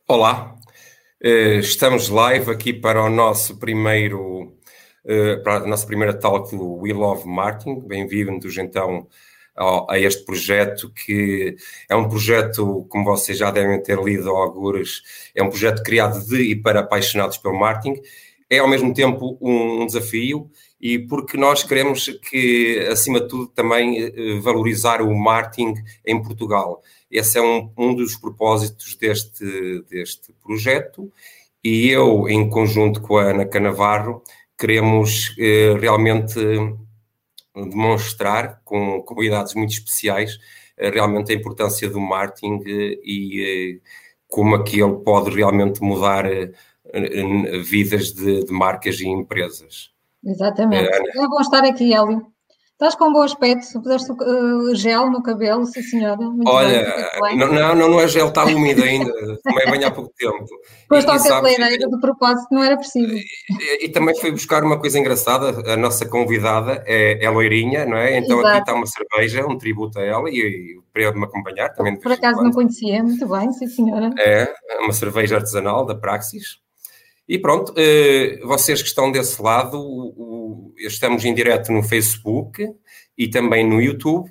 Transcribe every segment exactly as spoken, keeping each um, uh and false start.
Olá, estamos live aqui para o nosso primeiro, para a nossa primeira talk do We Love Marketing. Bem-vindos então a este projeto, que é um projeto, como vocês já devem ter lido algures, é um projeto criado de e para apaixonados pelo marketing. É ao mesmo tempo um, um desafio, e porque nós queremos que, acima de tudo, também valorizar o marketing em Portugal. Esse é um, um dos propósitos deste, deste projeto, e eu, em conjunto com a Ana Canavarro, queremos eh, realmente demonstrar, com convidados muito especiais, eh, realmente a importância do marketing eh, e eh, como aqui ele pode realmente mudar eh, vidas de, de marcas e empresas. Exatamente. É, é bom estar aqui, Hélio. Estás com um bom aspecto. Puseste uh, gel no cabelo, sim senhora. Muito Olha, bem, não, não, não é gel, está úmido ainda. Tomei banho há pouco tempo. Foste ao cabeleireiro, de propósito, não era possível. E, e também fui buscar uma coisa engraçada. A nossa convidada é, é loirinha, não é? Então Exato. Aqui está uma cerveja, um tributo a ela, e, e para me acompanhar também. Por acaso não conhecia. Muito bem, sim senhora. É, uma cerveja artesanal da Praxis. E pronto, vocês que estão desse lado, estamos em direto no Facebook e também no YouTube.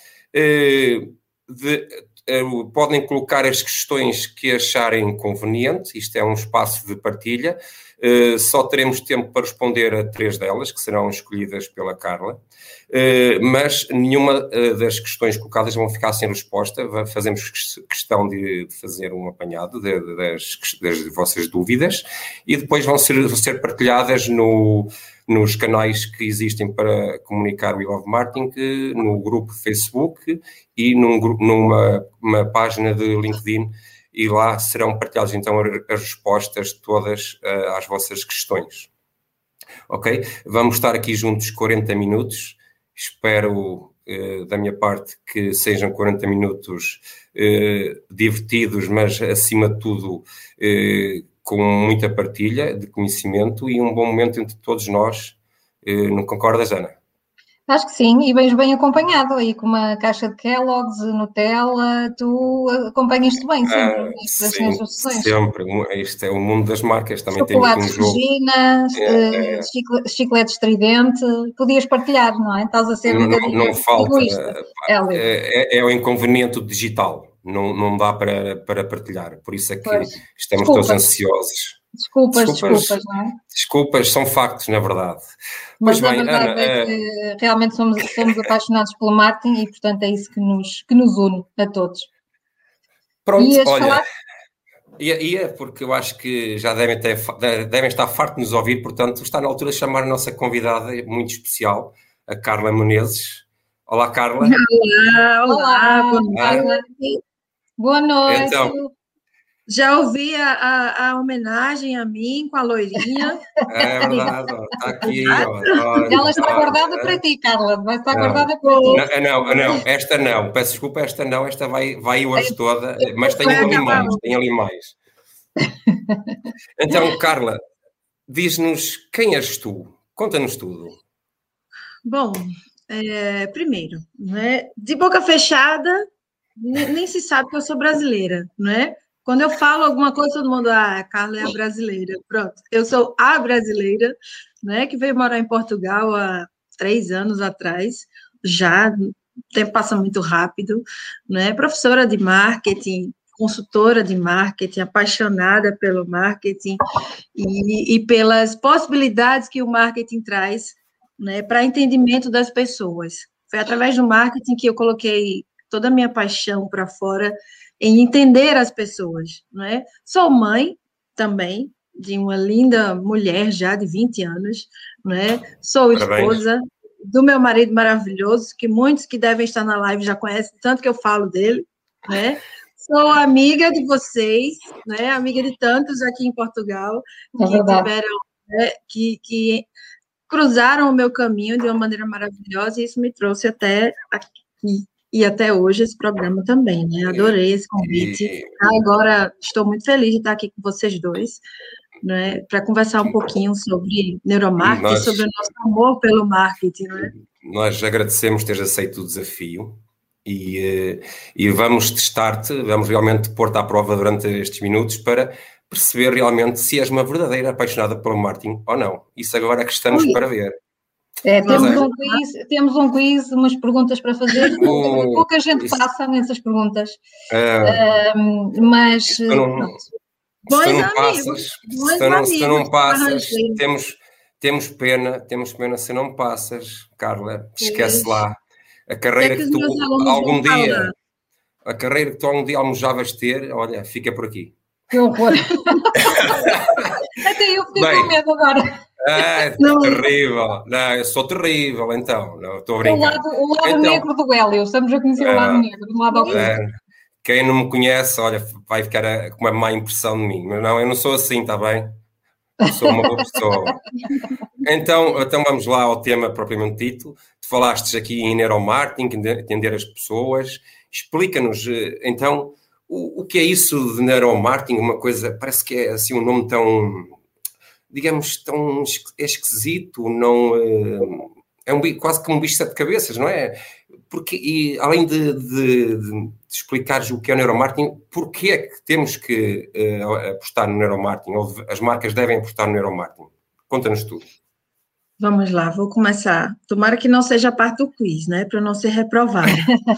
De, podem colocar as questões que acharem conveniente. Isto é um espaço de partilha. Só teremos tempo para responder a três delas, que serão escolhidas pela Carla. Mas nenhuma das questões colocadas vão ficar sem resposta. Fazemos questão de fazer um apanhado de, de, das, das vossas dúvidas, e depois vão ser, vão ser partilhadas no, nos canais que existem para comunicar o We Love Marketing, no grupo Facebook e num, numa uma página de LinkedIn, e lá serão partilhadas então as respostas todas uh, às vossas questões. Ok? Vamos estar aqui juntos quarenta minutos. Espero, uh, da minha parte, que sejam quarenta minutos uh, divertidos, mas, acima de tudo, uh, com muita partilha de conhecimento e um bom momento entre todos nós. Uh, não concordas, Ana? Acho que sim, e vens bem acompanhado aí com uma caixa de Kellogg's, Nutella. Tu acompanhas-te bem sempre, ah, sim, sugestões. Sempre, isto é o mundo das marcas, também tem aqui um jogo. Regina, é, é. Chiclete estridente, podias partilhar, não é? Estás a ser não, um bocadinho não, não falta, é, é, é o inconveniente digital, não, não dá para, para partilhar, por isso é que pois. Estamos Desculpas. todos ansiosos. Desculpas, desculpas, desculpas, não é? Desculpas, são factos, na verdade. Mas pois a bem, verdade Ana, é que realmente somos, somos apaixonados pelo marketing, e, portanto, é isso que nos, que nos une a todos. Pronto, Ias olha, falar? ia, ia, porque eu acho que já devem, ter, devem estar fartos de nos ouvir, portanto, está na altura de chamar a nossa convidada muito especial, a Carla Menezes. Olá, Carla. Olá, olá, olá boa noite. Boa noite. Então, já ouvi a, a, a homenagem a mim com a loirinha. É verdade, ó, está aqui. Ó, olha, Ela está olha, guardada é. para ti, Carla. Vai estar não, guardada para ti. Não, não, não, esta não. Peço desculpa, esta não. Esta vai, vai hoje toda. Mas tenho ali mais. Tenho ali mais. Então, Carla, diz-nos quem és tu? Conta-nos tudo. Bom, é, primeiro, né, de boca fechada, nem, nem se sabe que eu sou brasileira, né? Quando eu falo alguma coisa, todo mundo, ah, a Carla é a brasileira. Pronto, eu sou a brasileira, né, que veio morar em Portugal há três anos atrás, já, o tempo passa muito rápido, né, professora de marketing, consultora de marketing, apaixonada pelo marketing e, e pelas possibilidades que o marketing traz, né, para entendimento das pessoas. Foi através do marketing que eu coloquei toda a minha paixão para fora, em entender as pessoas, não é? Sou mãe também de uma linda mulher já de vinte anos, não é? Sou esposa Parabéns. do meu marido maravilhoso, que muitos que devem estar na live já conhecem, tanto que eu falo dele, né? Sou amiga de vocês, né? Amiga de tantos aqui em Portugal, é que tiveram, né? que, que cruzaram o meu caminho de uma maneira maravilhosa, e isso me trouxe até aqui. E até hoje esse programa também, né? Adorei esse convite. E... Agora estou muito feliz de estar aqui com vocês dois, né? Para conversar um pouquinho sobre neuromarketing, nós, sobre o nosso amor pelo marketing, né? Nós agradecemos teres aceito o desafio. E, e vamos testar-te, vamos realmente pôr-te à prova durante estes minutos para perceber realmente se és uma verdadeira apaixonada pelo marketing ou não. Isso agora é que estamos Ui. para ver. É, temos, um quiz, temos um quiz, umas perguntas para fazer, pouca, Oh, pouca gente isso, passa nessas perguntas, ah, um, mas se tu não, pronto. se Bons tu não amigos, passas, bons se tu não, se tu não amigos, passas, arranjei. temos, temos pena, temos pena se não passas, Carla, esquece Pois. lá. A O que é carreira que que os tu meus alunos algum vão dia, falar? a carreira que tu algum dia almejavas ter, olha, fica por aqui. Que horror! Até eu fiquei Bem, com medo agora. ah, Não, terrível. Não, eu sou terrível, então. Não, estou a O brincar. lado, o lado Então, negro do Hélio, estamos a conhecer o lado ah, negro, do lado oposto. ah, quem não me conhece, olha, vai ficar a- com uma má impressão de mim. Mas não, eu não sou assim, está bem? Eu sou uma boa pessoa. Então, então vamos lá ao tema propriamente dito. Tu falaste aqui em neuromarketing, entender as pessoas. Explica-nos, eh, então, o, o que é isso de neuromarketing? Uma coisa, parece que é assim um nome tão, digamos, tão esquisito, não, é um, quase que um bicho de sete cabeças, não é? Porque, e além de, de, de explicares o que é o neuromarketing, porquê é que temos que uh, apostar no neuromarketing, ou as marcas devem apostar no neuromarketing? Conta-nos tudo. Vamos lá, vou começar. Tomara que não seja parte do quiz, né? Para eu não ser reprovada.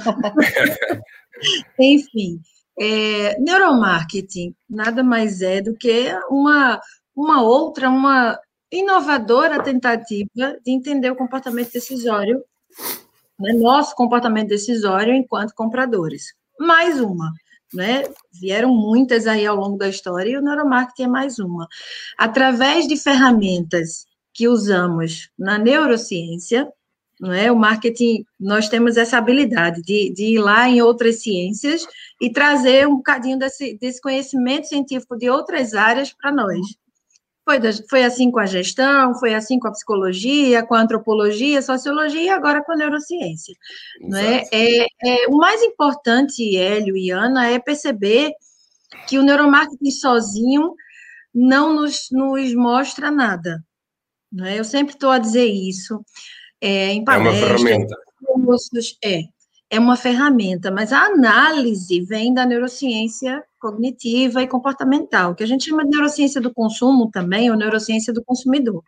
Enfim, é, neuromarketing nada mais é do que uma, uma outra, uma inovadora tentativa de entender o comportamento decisório, né? Nosso comportamento decisório enquanto compradores. Mais uma, né? Vieram muitas aí ao longo da história e o neuromarketing é mais uma. Através de ferramentas que usamos na neurociência, não é? O marketing, nós temos essa habilidade de, de ir lá em outras ciências e trazer um bocadinho desse, desse conhecimento científico de outras áreas para nós. Foi, foi assim com a gestão, foi assim com a psicologia, com a antropologia, a sociologia e agora com a neurociência. Não é? É, é, o mais importante, Hélio e Ana, é perceber que o neuromarketing sozinho não nos, nos mostra nada. Não é? Eu sempre estou a dizer isso, é, em palestras, é uma ferramenta. Cursos, é, é uma ferramenta, mas a análise vem da neurociência cognitiva e comportamental, que a gente chama de neurociência do consumo também, ou neurociência do consumidor.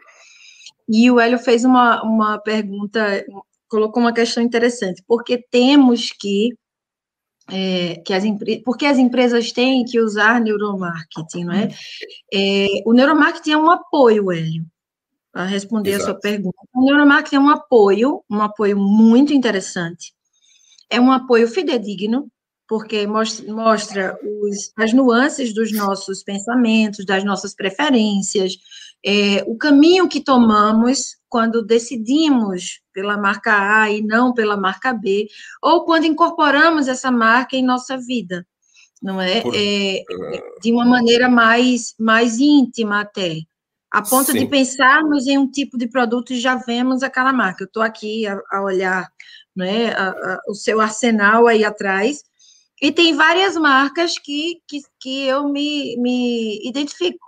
E o Hélio fez uma, uma pergunta, colocou uma questão interessante, porque temos que É, que as porque as empresas têm que usar neuromarketing, não é? é o neuromarketing é um apoio, Hélio, para responder Exato. A sua pergunta. O neuromarketing é um apoio, um apoio muito interessante, é um apoio fidedigno, porque mostra, mostra os, as nuances dos nossos pensamentos, das nossas preferências, é, o caminho que tomamos quando decidimos pela marca A e não pela marca B, ou quando incorporamos essa marca em nossa vida, não é? Por, é de uma maneira mais, mais íntima até, a ponto sim. de pensarmos em um tipo de produto e já vemos aquela marca. Eu estou aqui a, a olhar, né, a, a, o seu arsenal aí atrás, e tem várias marcas que, que, que eu me, me identifico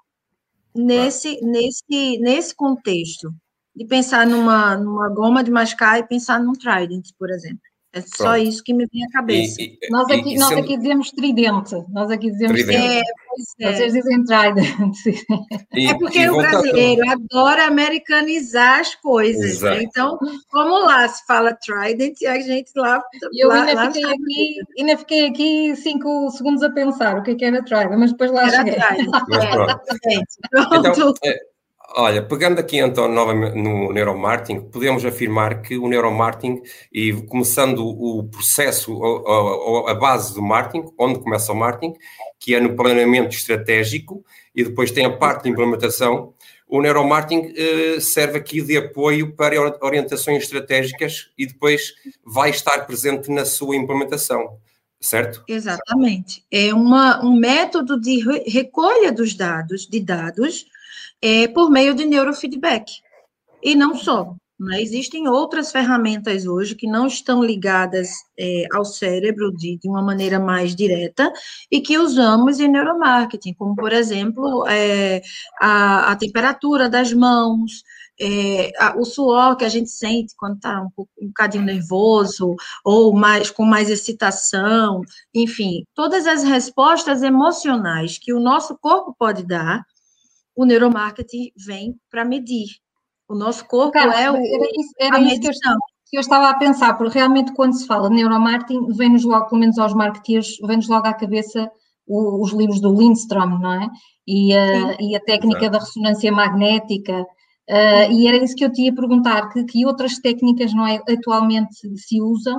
nesse, claro. nesse, nesse contexto, de pensar numa, numa goma de mascar e pensar num Trident, por exemplo. É só Pronto. Isso que me vem à cabeça. E, e, nós aqui, e, nós sendo... aqui dizemos tridente. Nós aqui dizemos tridente. É, é. Vocês dizem trident. E, é porque o brasileiro a... adora americanizar as coisas, né? Então, vamos lá, se fala trident, a gente lá... Eu lá, ainda, lá fiquei aqui, ainda fiquei aqui cinco segundos a pensar o que é que era trident, mas depois lá era cheguei. Trident. Mas pronto. É, pronto. Então, é... Olha, pegando aqui então novamente no neuromarketing, podemos afirmar que o neuromarketing, e começando o processo, ou a base do marketing, onde começa o marketing, que é no planeamento estratégico, e depois tem a parte de implementação, o neuromarketing eh, serve aqui de apoio para orientações estratégicas e depois vai estar presente na sua implementação, certo? Exatamente. É uma, um método de recolha dos dados, de dados, É, por meio de neurofeedback. E não só, né? Existem outras ferramentas hoje que não estão ligadas é, ao cérebro de, de uma maneira mais direta e que usamos em neuromarketing, como, por exemplo, é, a, a temperatura das mãos, é, a, o suor que a gente sente quando está um, um bocadinho nervoso, ou mais, com mais excitação, enfim, todas as respostas emocionais que o nosso corpo pode dar, o neuromarketing vem para medir. O nosso corpo Carla, é o, era isso, era a isso que, eu, que eu estava a pensar, porque realmente quando se fala de neuromarketing, vem-nos logo, pelo menos aos marketeers, vem-nos logo à cabeça o, os livros do Lindstrom, não é? E a, e a técnica Exato. Da ressonância magnética, uh, e era isso que eu te ia perguntar, que, que outras técnicas, não é, atualmente se usam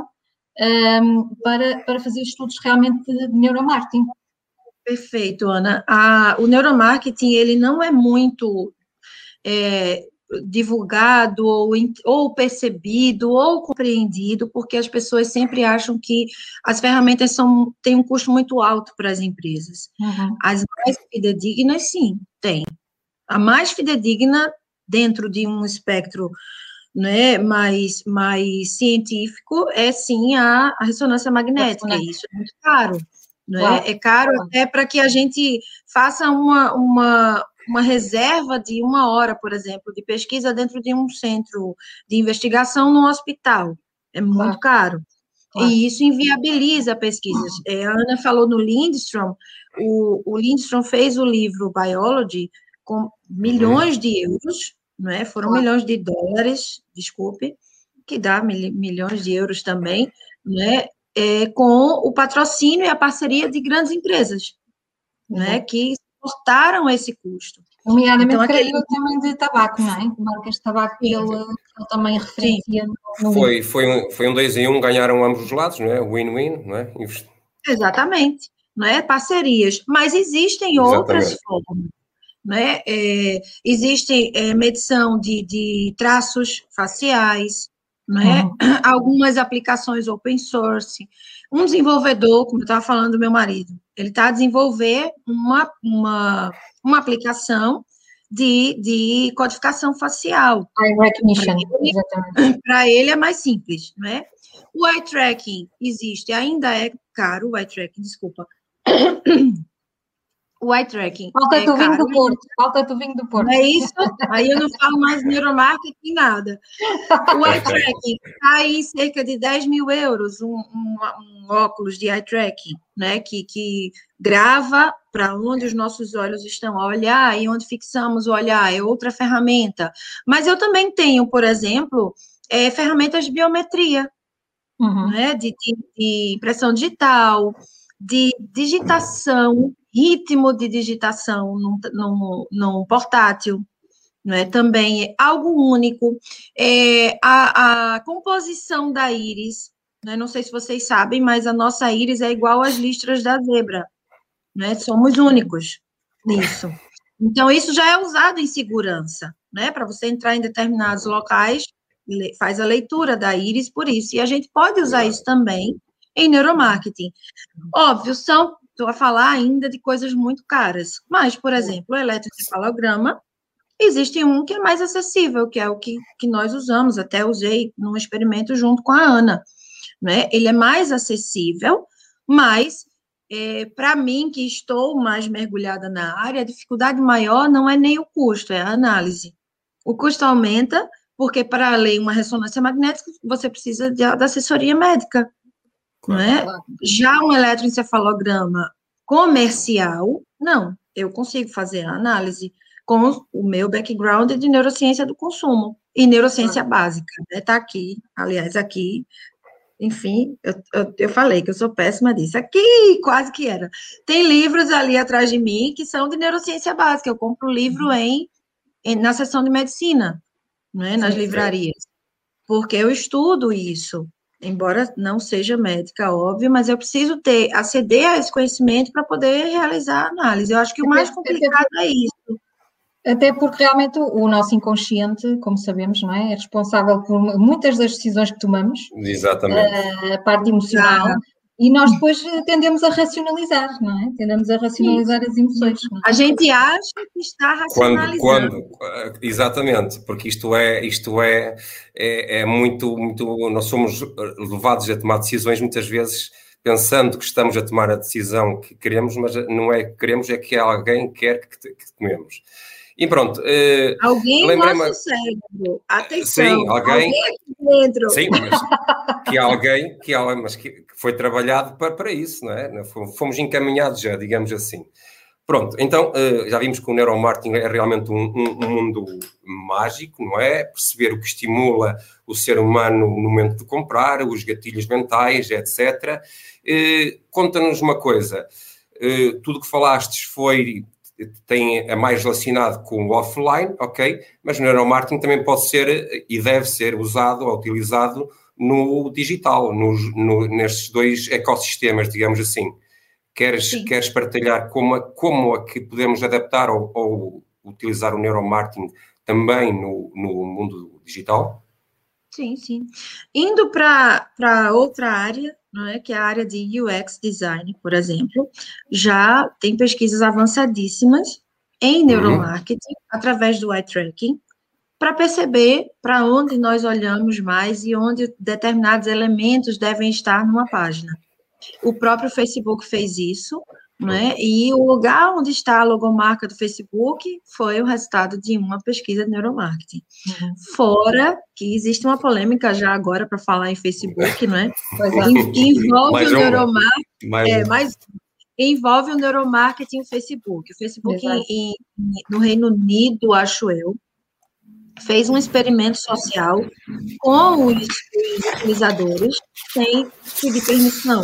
um, para, para fazer estudos realmente de neuromarketing? Perfeito, Ana. A, o neuromarketing, ele não é muito... É, divulgado ou, ou percebido ou compreendido, porque as pessoas sempre acham que as ferramentas são, têm um custo muito alto para as empresas. Uhum. As mais fidedignas, sim, tem. A mais fidedigna, dentro de um espectro, né, mais, mais científico, é sim a, a ressonância magnética, e isso é muito caro. Né? Claro. É caro claro. Até para que a gente faça uma, uma uma reserva de uma hora, por exemplo, de pesquisa dentro de um centro de investigação no hospital. É muito claro. caro. Claro. E isso inviabiliza pesquisas. É, a Ana falou no Lindstrom, o, o Lindstrom fez o livro Biology com milhões de euros, não é? Foram claro. milhões de dólares, desculpe, que dá mil, milhões de euros também, né? É, com o patrocínio e a parceria de grandes empresas, uhum. né? Que suportaram esse custo. Nomeadamente, então, creio aquele... também de tabaco, não é? Marcas de tabaco que ele, ele também referencia. No foi, foi, um, foi um dois em um, ganharam ambos os lados, não é? Win-win, não é? Exatamente, não é? Parcerias. Mas existem Exatamente. outras formas, né? É, existe é, medição de, de traços faciais, né? Uhum. Algumas aplicações open source. Um desenvolvedor, como eu estava falando do meu marido, ele está a desenvolver uma, uma, uma aplicação de, de codificação facial. Eye recognition, exatamente. Para ele é mais simples, né? O eye tracking existe, ainda é caro, o eye tracking, desculpa. O eye tracking. Falta-te é o vinho do Porto. Falta-te o vinho do Porto. Não é isso? Aí eu não falo mais neuromarketing, nada. O eye tracking está aí em cerca de dez mil euros, um, um, um óculos de eye tracking, né? Que, que grava para onde os nossos olhos estão a olhar e onde fixamos o olhar. É outra ferramenta. Mas eu também tenho, por exemplo, é, ferramentas de biometria, uhum. né? De, de, de impressão digital, de digitação, ritmo de digitação num, num, num portátil, não é? Também é algo único. É, a, a composição da íris, né? Não sei se vocês sabem, mas a nossa íris é igual às listras da zebra, né? Somos únicos nisso. Então, isso já é usado em segurança, né? Para você entrar em determinados locais, faz a leitura da íris por isso, e a gente pode usar isso também em neuromarketing. Óbvio, são, estou a falar ainda de coisas muito caras, mas, por exemplo, o eletroencefalograma, existe um que é mais acessível, que é o que, que nós usamos, até usei num experimento junto com a Ana, né? Ele é mais acessível, mas, é, para mim, que estou mais mergulhada na área, a dificuldade maior não é nem o custo, é a análise. O custo aumenta, porque para ler uma ressonância magnética, você precisa de, da assessoria médica, não é? Já um eletroencefalograma comercial, não, eu consigo fazer a análise com o meu background de neurociência do consumo e neurociência básica, né? Tá aqui, aliás, aqui, enfim, eu, eu, eu falei que eu sou péssima disso, aqui quase que era. Tem livros ali atrás de mim que são de neurociência básica, eu compro o livro em, em, na seção de medicina, né? Nas Sim, livrarias, porque eu estudo isso. Embora não seja médica, óbvio, mas eu preciso ter, aceder a esse conhecimento para poder realizar a análise. Eu acho que o mais complicado é isso. Até porque realmente o nosso inconsciente, como sabemos, não é, é responsável por muitas das decisões que tomamos. Exatamente. A parte emocional. Ah. E nós depois tendemos a racionalizar, não é? Tendemos a racionalizar Sim. as emoções. Não é? A gente acha que está racionalizando. Quando, quando, exatamente, porque isto é, isto é, é, é muito, muito, nós somos levados a tomar decisões muitas vezes pensando que estamos a tomar a decisão que queremos, mas não é que queremos, é que alguém quer que, que tomemos. E pronto. Alguém no nosso cérebro, atenção. Sim, alguém, alguém aqui dentro. Sim, mas que alguém, que, mas que foi trabalhado para, para isso, não é? Fomos encaminhados já, digamos assim. Pronto, então já vimos que o neuromarketing é realmente um, um, um mundo mágico, não é? Perceber o que estimula o ser humano no momento de comprar, os gatilhos mentais, etcétera. Conta-nos uma coisa, tudo que falastes foi, tem, é mais relacionado com o offline, ok? Mas o neuromarketing também pode ser e deve ser usado ou utilizado no digital, no, no, nestes dois ecossistemas, digamos assim. Queres, queres partilhar como, como é que podemos adaptar ou, ou utilizar o neuromarketing também no, no mundo digital? Sim, sim. Indo para outra área, não é, que é a área de U X Design, por exemplo, já tem pesquisas avançadíssimas em neuromarketing, uhum. através do eye tracking, para perceber para onde nós olhamos mais e onde determinados elementos devem estar numa página. O próprio Facebook fez isso, né? E o lugar onde está a logomarca do Facebook foi o resultado de uma pesquisa de neuromarketing. Uhum. Fora que existe uma polêmica já agora para falar em Facebook, não é? Que envolve mais o neuromarketing. Mais é, mais envolve o neuromarketing e o Facebook. O Facebook em, em, no Reino Unido, acho eu, fez um experimento social com os, os utilizadores sem pedir permissão.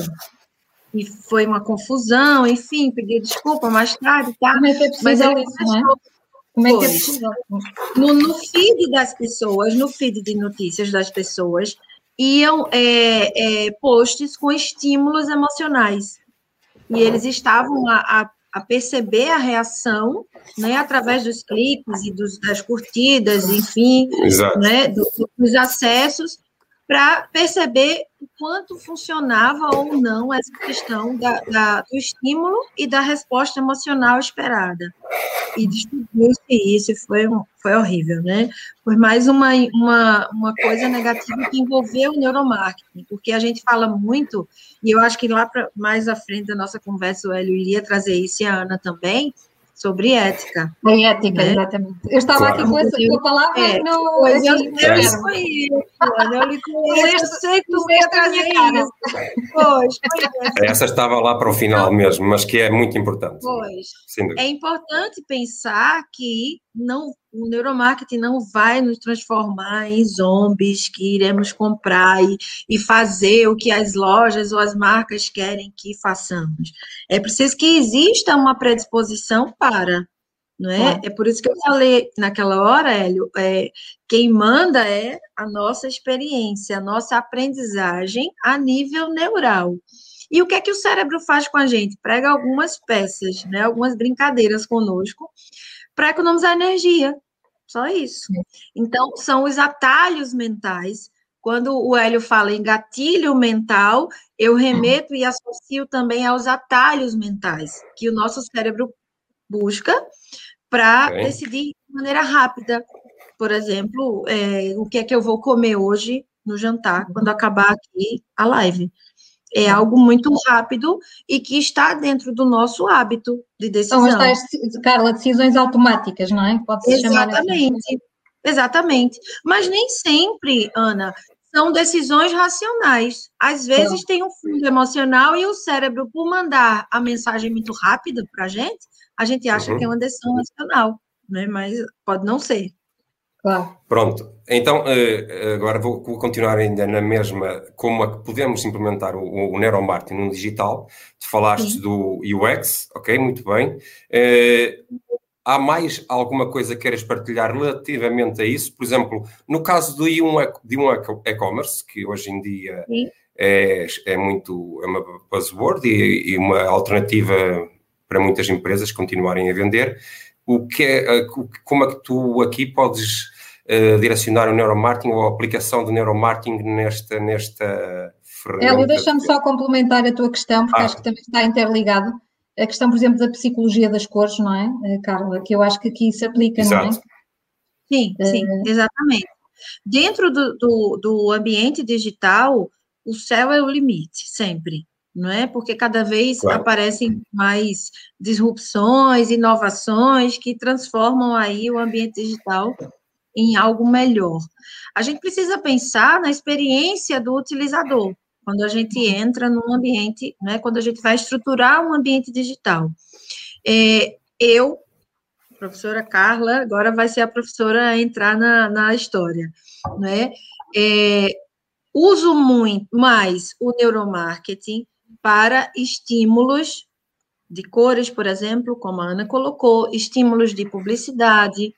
E foi uma confusão, enfim, pedi desculpa mais tarde, tá? Como é que é possível isso, não é? Como é que é possível? No, no feed das pessoas, no feed de notícias das pessoas, iam é, é, posts com estímulos emocionais. E eles estavam a, a, a perceber a reação, né, através dos cliques e dos, das curtidas, enfim, né, do, dos acessos, para perceber o quanto funcionava ou não essa questão da, da, do estímulo e da resposta emocional esperada. E descobriu-se isso, e foi, foi horrível, né? Foi mais uma, uma, uma coisa negativa que envolveu o neuromarketing, porque a gente fala muito, e eu acho que lá pra, mais à frente da nossa conversa, o Hélio iria trazer isso, e a Ana também, sobre ética. A ética, né? Exatamente. Eu estava claro. aqui com essa tua palavra é, e não... Pois eu, eu escolhi, eu lhe conheço, eu sei que tu ia trazer isso. Pois, pois é. Essa estava lá para o final então, mesmo, mas que é muito importante. Pois, é importante pensar que não, o neuromarketing não vai nos transformar em zombies que iremos comprar e, e fazer o que as lojas ou as marcas querem que façamos. É preciso que exista uma predisposição para, não é? É, é por isso que eu falei naquela hora, Hélio, é, quem manda é a nossa experiência, a nossa aprendizagem a nível neural. E o que é que o cérebro faz com a gente? Prega algumas peças, né, algumas brincadeiras conosco, para economizar energia, só isso. Então, são os atalhos mentais. Quando o Hélio fala em gatilho mental, eu remeto e associo também aos atalhos mentais, que o nosso cérebro busca para okay. decidir de maneira rápida. Por exemplo, é, o que é que eu vou comer hoje no jantar, quando acabar aqui a live. É algo muito rápido e que está dentro do nosso hábito de decisão. São as tais, Carla, decisões automáticas, não é? Pode-se chamar assim. Exatamente, exatamente. Mas nem sempre, Ana, são decisões racionais. Às vezes é. tem um fundo emocional e o cérebro, por mandar a mensagem muito rápida para a gente, a gente acha uhum. que é uma decisão racional, né? Mas pode não ser. Claro. Pronto, então agora vou continuar ainda na mesma, como é que podemos implementar o, o neuromarketing no digital. Tu falaste Sim. do U X, ok, muito bem. Uh, há mais alguma coisa que queiras partilhar relativamente a isso? Por exemplo, no caso de um, de um e-commerce, que hoje em dia é, é muito, é uma buzzword e, e uma alternativa para muitas empresas continuarem a vender, o que é, como é que tu aqui podes Uh, direcionar o neuromarketing ou a aplicação do neuromarketing nesta, nesta ferramenta? Hélio, deixa-me só complementar a tua questão, porque ah. acho que também está interligado. A questão, por exemplo, da psicologia das cores, não é, Carla? Que eu acho que aqui se aplica, Exato. não é? Sim, sim, uh... exatamente. Dentro do, do, do ambiente digital, o céu é o limite, sempre. não é? Porque cada vez Claro. aparecem mais disrupções, inovações que transformam aí o ambiente digital em algo melhor. A gente precisa pensar na experiência do utilizador, quando a gente entra num ambiente, né, quando a gente vai estruturar um ambiente digital. É, eu, professora Carla, agora vai ser a professora a entrar na, na história, né? É, uso muito mais o neuromarketing para estímulos de cores, por exemplo, como a Ana colocou, estímulos de publicidade,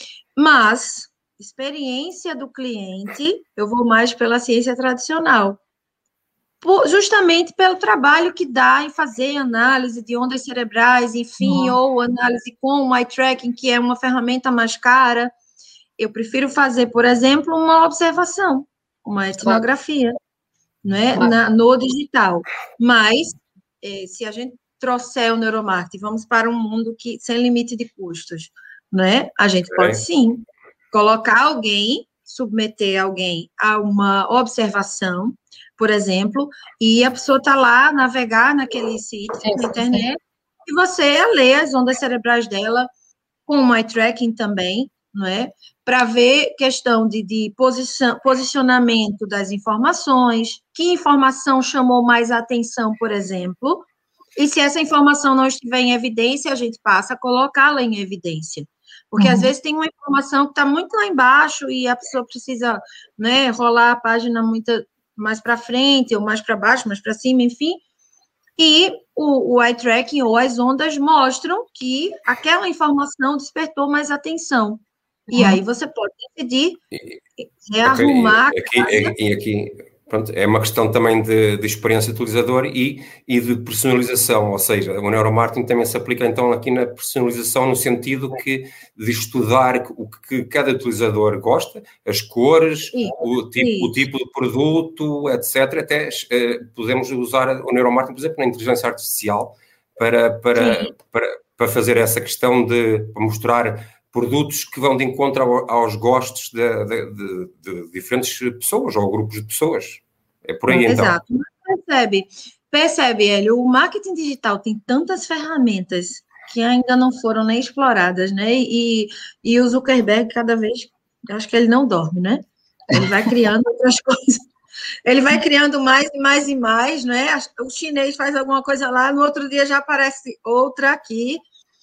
mas experiência do cliente, eu vou mais pela ciência tradicional, por, justamente pelo trabalho que dá em fazer análise de ondas cerebrais, enfim, uhum. ou análise com o eye tracking, que é uma ferramenta mais cara. Eu prefiro fazer, por exemplo, uma observação, uma etnografia, claro. né, claro. Na, no digital. Mas, eh, se a gente trouxer o neuromarketing, vamos para um mundo que, sem limite de custos, né, a gente é. pode sim colocar alguém, submeter alguém a uma observação, por exemplo, e a pessoa está lá, navegar naquele sítio, sim, na internet, sim. e você lê as ondas cerebrais dela, com o eye tracking também, não é? Para ver questão de, de posição, posicionamento das informações, que informação chamou mais atenção, por exemplo, e se essa informação não estiver em evidência, a gente passa a colocá-la em evidência. Porque, uhum. às vezes, tem uma informação que está muito lá embaixo e a pessoa precisa, né, rolar a página muito mais para frente, ou mais para baixo, mais para cima, enfim, e o, o eye tracking ou as ondas mostram que aquela informação despertou mais atenção. E uhum. aí você pode decidir rearrumar... E aqui, aqui, aqui, pronto, é uma questão também de, de experiência do utilizador e, e de personalização, ou seja, o neuromarketing também se aplica então aqui na personalização no sentido que, de estudar o que cada utilizador gosta, as cores, o tipo, o tipo de produto, etcétera. Até eh, podemos usar o neuromarketing, por exemplo, na inteligência artificial para, para, para, para fazer essa questão de para mostrar produtos que vão de encontro aos gostos de, de, de, de diferentes pessoas ou grupos de pessoas. É por aí, então. Exato. Mas percebe, percebe, Hélio, o marketing digital tem tantas ferramentas que ainda não foram nem exploradas, né? E, e o Zuckerberg, cada vez, acho que ele não dorme, né? Ele vai criando outras coisas. Ele vai criando mais e mais e mais, né? O chinês faz alguma coisa lá, no outro dia já aparece outra aqui.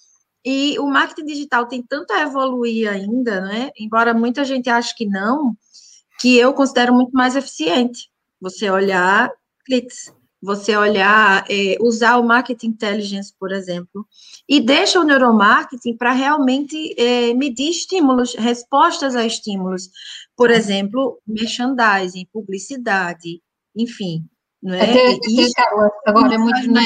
E o marketing digital tem tanto a evoluir ainda, né? Embora muita gente ache que não, que eu considero muito mais eficiente. Você olhar cliques, você olhar, é, usar o marketing intelligence, por exemplo, e deixa o neuromarketing para realmente é, medir estímulos, respostas a estímulos. Por exemplo, merchandising, publicidade, enfim. Não é? Até, até Carla, agora muito mais...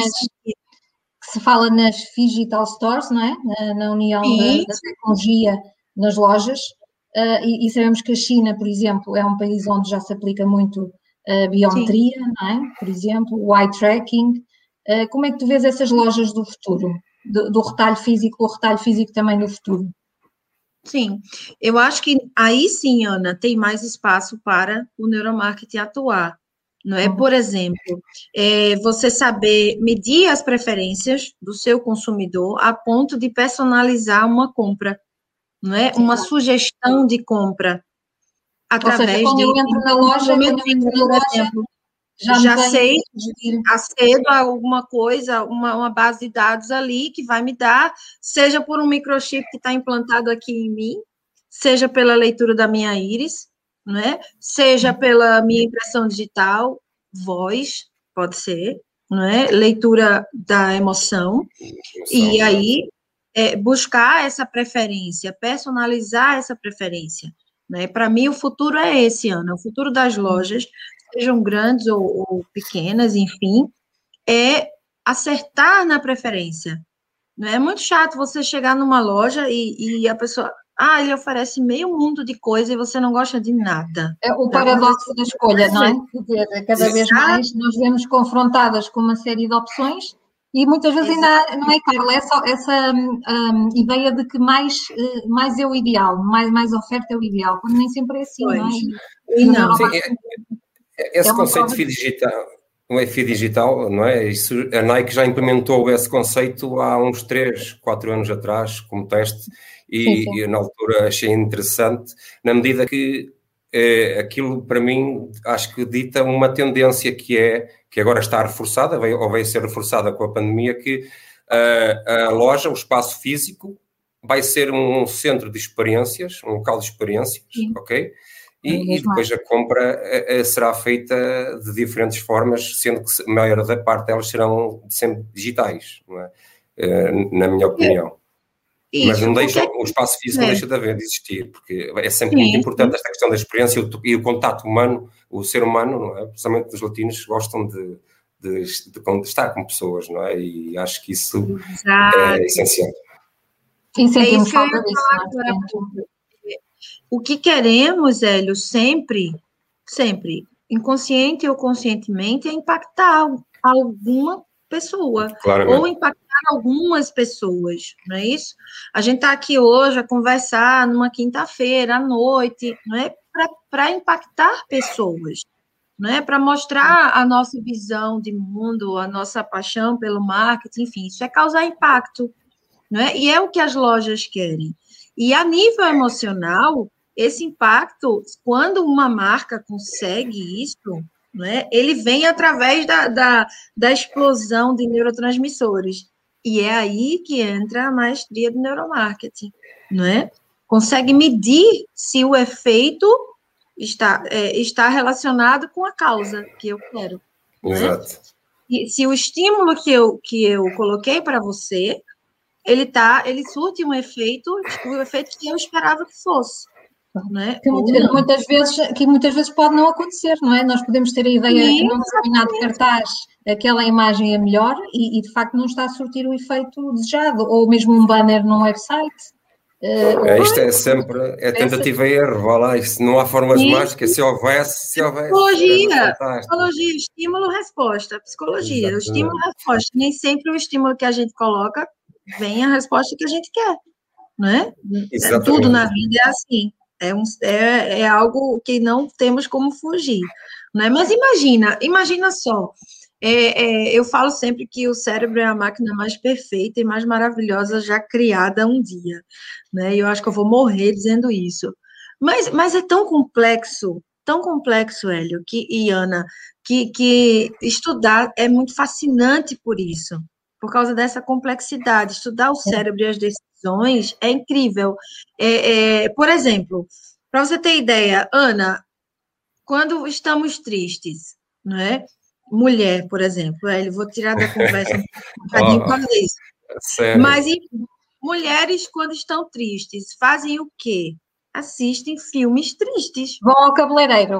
que se fala nas Phygital Stores, não é? Na, na união da, da tecnologia nas lojas, uh, e, e sabemos que a China, por exemplo, é um país onde já se aplica muito a biometria, Sim. não é? Por exemplo, o eye tracking. Uh, como é que tu vês essas lojas do futuro? Do, do retalho físico, o retalho físico também do futuro? Sim, eu acho que aí sim, Ana, tem mais espaço para o neuromarketing atuar. Não é? Por exemplo, é, você saber medir as preferências do seu consumidor a ponto de personalizar uma compra, não é? Uma sugestão de compra através seja, quando de... eu entro na loja, quando eu entro na loja, exemplo, já, já sei, acedo a alguma coisa, uma, uma base de dados ali que vai me dar, seja por um microchip que está implantado aqui em mim, seja pela leitura da minha íris, né? Seja pela minha impressão digital, voz, pode ser, não é? Leitura da emoção, emoção e aí é, buscar essa preferência, personalizar essa preferência, né? Para mim, o futuro é esse, Ana, o futuro das lojas, sejam grandes ou, ou pequenas, enfim, é acertar na preferência. Não é muito chato você chegar numa loja e, e a pessoa... Ah, ele oferece meio mundo de coisa e você não gosta de nada. É o paradoxo da escolha, não é? Cada vez mais nós vemos confrontadas com uma série de opções e muitas vezes ainda, não é, Carla, essa, essa um, ideia de que mais, mais é o ideal, mais, mais oferta é o ideal, quando nem sempre é assim, pois. Não é? E não. Sim, é, esse é conceito de digital... O F I digital, não é? Isso, a Nike já implementou esse conceito há uns três, quatro anos atrás, como teste, e, sim, sim. e na altura achei interessante, na medida que é, aquilo, para mim, acho que dita uma tendência que é, que agora está reforçada, veio, ou veio ser reforçada com a pandemia, que a, a loja, o espaço físico, vai ser um centro de experiências, um local de experiências, sim. ok? E, e depois a compra a, a, será feita de diferentes formas, sendo que a maior da parte delas serão sempre digitais, não é? Uh, na minha opinião. Isso, mas não deixa, porque... o espaço físico é. não deixa de haver, de existir, porque é sempre sim, muito importante sim. esta questão da experiência e o contato humano, o ser humano, não é? Principalmente os latinos gostam de, de, de, de estar com pessoas, não é? E acho que isso Exato. é essencial. Sim, sentimos falta disso. O que queremos, Hélio, sempre, sempre, inconsciente ou conscientemente, é impactar alguma pessoa, Claramente. ou impactar algumas pessoas, não é isso? A gente está aqui hoje a conversar numa quinta-feira à noite, não é? Para impactar pessoas, não é? Para mostrar a nossa visão de mundo, a nossa paixão pelo marketing, enfim, isso é causar impacto, não é? E é o que as lojas querem. E a nível emocional, esse impacto, quando uma marca consegue isso, né, ele vem através da, da, da explosão de neurotransmissores. E é aí que entra a maestria do neuromarketing, não é? Consegue medir se o efeito está, é, está relacionado com a causa que eu quero. Exato. Né? E se o estímulo que eu, que eu coloquei para você, ele, tá, ele surte um efeito, o efeito que eu esperava que fosse. Né? Que muitas, muitas vezes, que muitas vezes pode não acontecer, não é? Nós podemos ter a ideia Sim, num determinado cartaz, aquela imagem é melhor e, e de facto não está a surtir o efeito desejado, ou mesmo um banner num website. Uh, é, isto é sempre, é tentativa e erro, vá lá, isso não há fórmulas mágicas, se houvesse, se houvesse. Psicologia, psicologia, estímulo-resposta, psicologia, o estímulo-resposta, nem sempre o estímulo que a gente coloca vem a resposta que a gente quer, não é? Exatamente. Tudo na vida é assim. É, um, é, é algo que não temos como fugir, né? Mas imagina, imagina só, é, é, eu falo sempre que o cérebro é a máquina mais perfeita e mais maravilhosa já criada um dia, né? E eu acho que eu vou morrer dizendo isso. Mas, mas é tão complexo, tão complexo, Hélio, que, e Ana, que, que estudar é muito fascinante por isso, por causa dessa complexidade. Estudar o cérebro e as decisões é incrível. É, é, por exemplo, para você ter ideia, Ana, quando estamos tristes, não é? Mulher, por exemplo, eu vou tirar da conversa um bocadinho por causa disso. Sério? Mas e, mulheres, quando estão tristes, fazem o quê? Assistem filmes tristes. Vão ao cabeleireiro.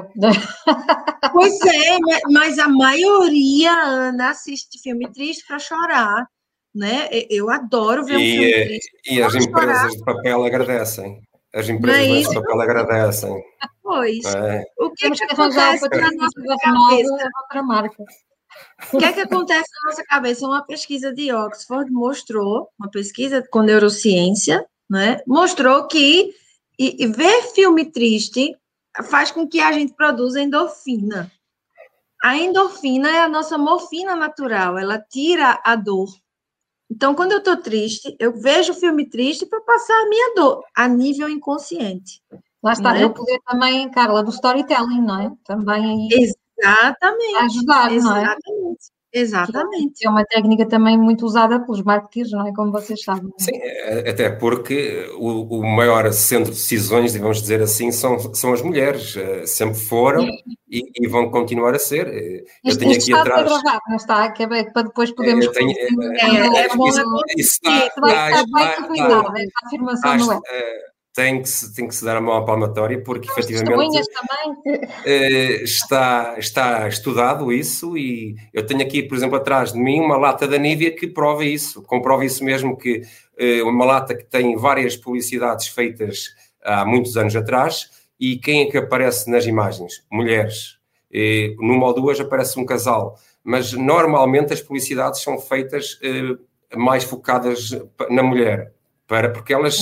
Pois é, mas a maioria, Ana, assiste filme triste para chorar. Né? Eu adoro ver um e, filme triste. E as empresas chorar. de papel agradecem. As empresas é de papel agradecem. Pois. É. O que, que, que acontece na nossa cabeça? Outra marca. O que é que acontece na nossa cabeça? Uma pesquisa de Oxford mostrou, uma pesquisa com neurociência, né? Mostrou que e, e ver filme triste faz com que a gente produza endorfina. A endorfina é a nossa morfina natural, ela tira a dor. Então, quando eu estou triste, eu vejo o filme triste para passar a minha dor, a nível inconsciente. Lá está, é o poder também, Carla, do storytelling, não é? Também Exatamente. ajudar, Exatamente. não é? Exatamente. É uma técnica também muito usada pelos marketeers, não é? Como vocês sabem. Sim, até porque o, o maior centro de decisões, vamos dizer assim, são, são as mulheres. Sempre foram e, e vão continuar a ser. Eu isto, tenho isto aqui está atrás. A ser gravado, não está? Que é para depois podermos. Eu tenho, é, é, é bom, isso, isso está, está, vai estar bem publicado, esta afirmação não é? Tem que, se, tem que se dar a mão à palmatória, porque As efetivamente também. está, está estudado isso, e eu tenho aqui, por exemplo, atrás de mim uma lata da Nivea que prova isso, comprova isso mesmo, que uma lata que tem várias publicidades feitas há muitos anos atrás, e quem é que aparece nas imagens? Mulheres. E numa ou duas aparece um casal, mas normalmente as publicidades são feitas mais focadas na mulher, para, porque elas